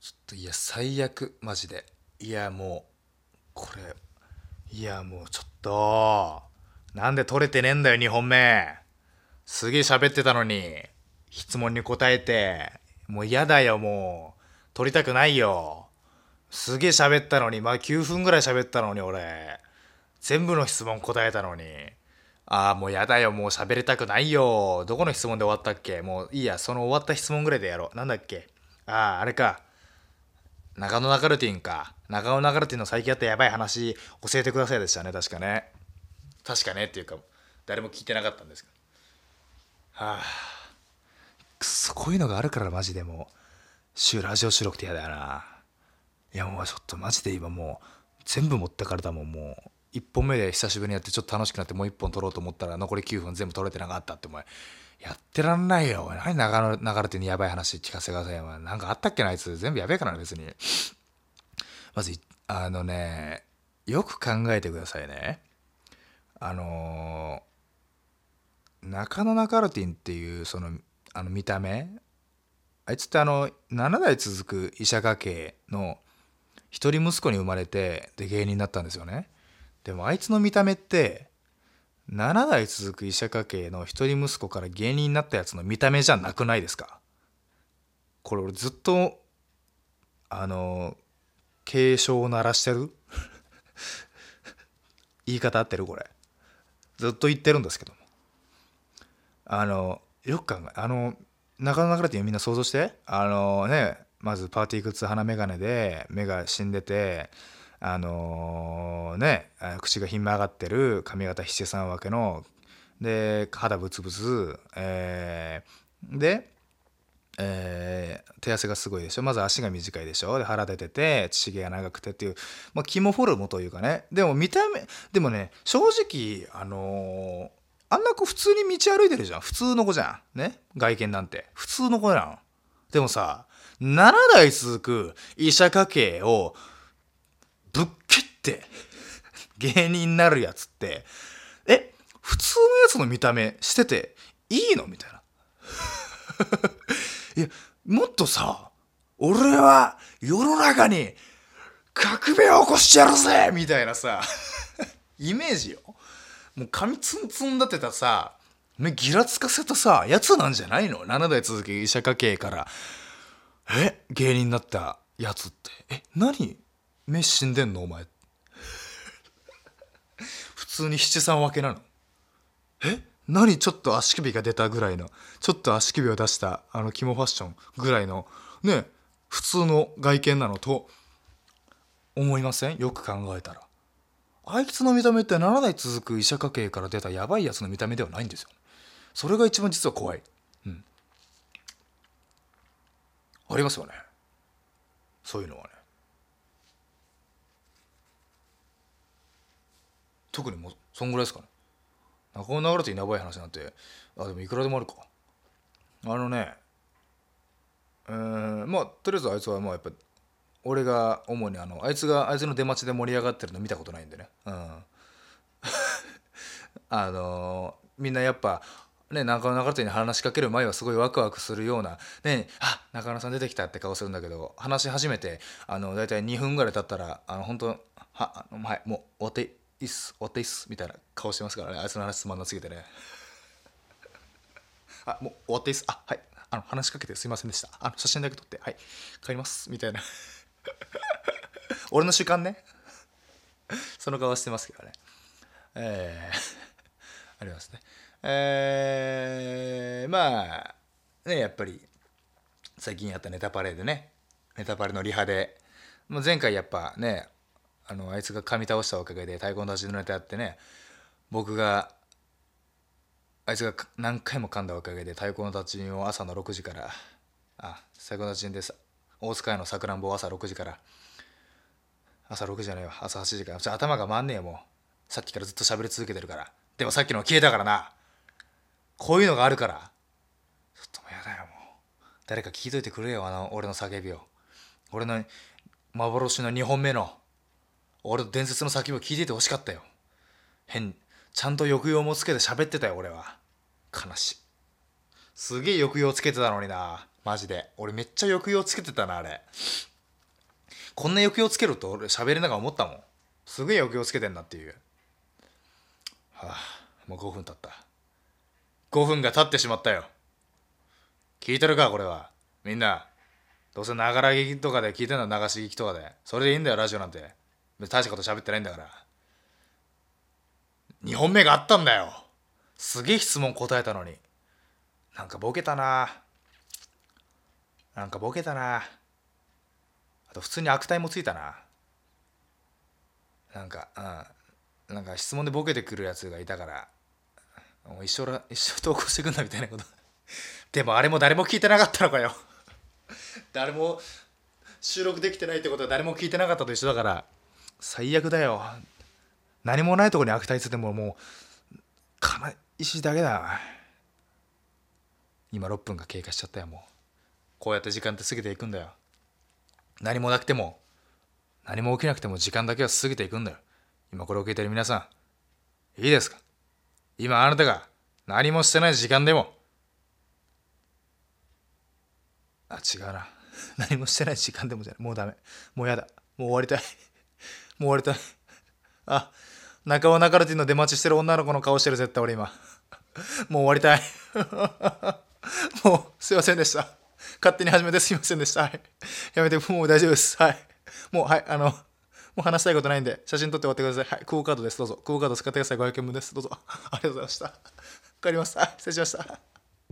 いや最悪マジで。いやもうこれ、いやもうちょっとなんで取れてねえんだよ2本目。すげえ喋ってたのに質問に答えて。もう嫌だよ、もう取りたくないよ。すげえ喋ったのに、まあ9分ぐらい喋ったのに俺全部の質問答えたのに。ああもうやだよ、もう喋りたくないよ。どこの質問で終わったっけ。もういいや、その終わった質問ぐらいでやろう。なんだっけ。あああれか、中野ナカルティンか。中野ナカルティンの最近あったやばい話教えてくださいでしたね、確かね。確かねっていうか、誰も聞いてなかったんですけど。はあ、くそ、こういうのがあるからマジでもうラジオ収録って嫌だよな。いやもうちょっとマジで今もう全部持ってかれたもん。もう1本目で久しぶりにやってちょっと楽しくなって、もう1本取ろうと思ったら残り9分全部取れてなかったって。お前やってらんないよ。何長野流れてにやばい話聞かせてくださいよ。なんかあったっけな、あいつ全部やべえからな別に。まずあのね、よく考えてくださいね。あの中野ナカルティンっていうその見た目、あいつって7代続く医者家系の一人息子に生まれて、で芸人になったんですよね。でもあいつの見た目って7代続く医者家系の一人息子から芸人になったやつの見た目じゃなくないですか。これ俺ずっとあの警鐘を鳴らしてる言い方合ってるこれ。ずっと言ってるんですけども、よく考え、中野流れてみんな想像して。まずパーティーグッズ鼻眼鏡で目が死んでて、口がひん曲がってる髪型七三分けの、で肌ブツブツ、で、手汗がすごいでしょ。まず足が短いでしょ。で腹出てて血毛が長くてっていう、まあ、肝フォルムというかね。でも見た目でもね、正直あんな子普通に道歩いてるじゃん。普通の子じゃんね。外見なんて普通の子じゃん。でもさ、7代続く医者家系をぶっ蹴って芸人になるやつって、普通のやつの見た目してていいのみたいな。いや、もっとさ、俺は世の中に革命を起こしてやるぜみたいなさイメージよ。もう髪ツンツンだってたさ、目ギラつかせたさやつなんじゃないの。7代続き医者家系から芸人になったやつって。何目死んでんのお前。普通に七三分けなの。何ちょっと足首が出たぐらいの、ちょっと足首を出した肝ファッションぐらいのね、普通の外見なのと思いません？よく考えたらあいつの見た目って7代続く医者家系から出たヤバいやつの見た目ではないんですよ。それが一番実は怖い。ありますよね、そういうのはね。特にもうそんぐらいですかね。中尾流れてやばい話なんて、でもいくらでもあるか。あのね、まあとりあえずあいつはもうやっぱ俺が主にあいつの出待ちで盛り上がってるの見たことないんでね。みんなやっぱね、中野中手に話しかける前はすごいワクワクするようなね、中野さん出てきたって顔するんだけど、話し始めてだいたい2分ぐらい経ったら本当はいもう終わっていいっす終わっていいっすみたいな顔してますからね。あいつの話つまんなすぎてね。もう終わっていいっす、はい、話しかけてすいませんでした、写真だけ撮ってはい帰りますみたいな俺の主観ね。その顔してますけどね。ありますね。まあね、やっぱり最近やったネタパレでね、ネタパレのリハで、もう前回やっぱね、あいつが噛み倒したおかげで太鼓の立ちのネタやってね、僕があいつが何回も噛んだおかげで太鼓の立ちを朝の6時から、太鼓の立ちです大塚屋のさくらんぼを朝6時から、朝6時じゃないわ、朝8時から頭が回んねえよ。もうさっきからずっと喋り続けてるから。でもさっきの消えたからな。こういうのがあるから、ちょっともうやだよ。もう誰か聞いといてくれよ、俺の叫びを。俺の幻の2本目の俺の伝説の叫びを聞いててほしかったよ。ちゃんと抑揚もつけて喋ってたよ俺は。悲しい。すげえ抑揚つけてたのにな、マジで。俺めっちゃ抑揚つけてたなあれ。 こんな抑揚つけると俺喋りながら思ったもん。すげえ抑揚つけてんなっていう。はあ、もう5分経った。5分が経ってしまったよ。聞いてるかこれは。みんな。どうせながら聞きとかで聞いてんの、流し聞きとかで。それでいいんだよラジオなんて。大したこと喋ってないんだから。2本目があったんだよ。すげえ質問答えたのに。なんかボケたな。あと普通に悪態もついたな。なんか質問でボケてくるやつがいたから、もう一生投稿してくんだみたいなこと。でもあれも誰も聞いてなかったのかよ。誰も収録できてないってことは誰も聞いてなかったと一緒だから、最悪だよ。何もないところに悪態ついてももう悲しいだけだ。今6分が経過しちゃったよ。もうこうやって時間って過ぎていくんだよ。何もなくても何も起きなくても時間だけは過ぎていくんだよ。今これを聞いてる皆さん、いいですか？今あなたが何もしてない時間でも、違うな。何もしてない時間でもじゃない。もうダメ。もうやだ。もう終わりたい。もう終わりたい。中尾中ルティの出待ちしてる女の子の顔してる絶対俺今。もう終わりたい。もうすいませんでした。勝手に始めてすいませんでした。はい。やめて、もう大丈夫です。はい。もう、はい、もう話したいことないんで、写真撮って終わってください。はい、クオカードです。どうぞ。クオカード使ってください。500円分です。どうぞ。ありがとうございました。帰ります。はい、失礼しました。